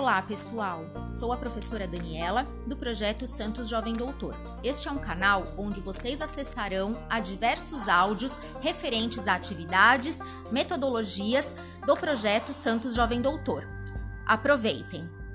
Olá, pessoal! Sou a professora Daniela, do projeto Santos Jovem Doutor. Este é um canal onde vocês acessarão a diversos áudios referentes a atividades, metodologias do projeto Santos Jovem Doutor. Aproveitem!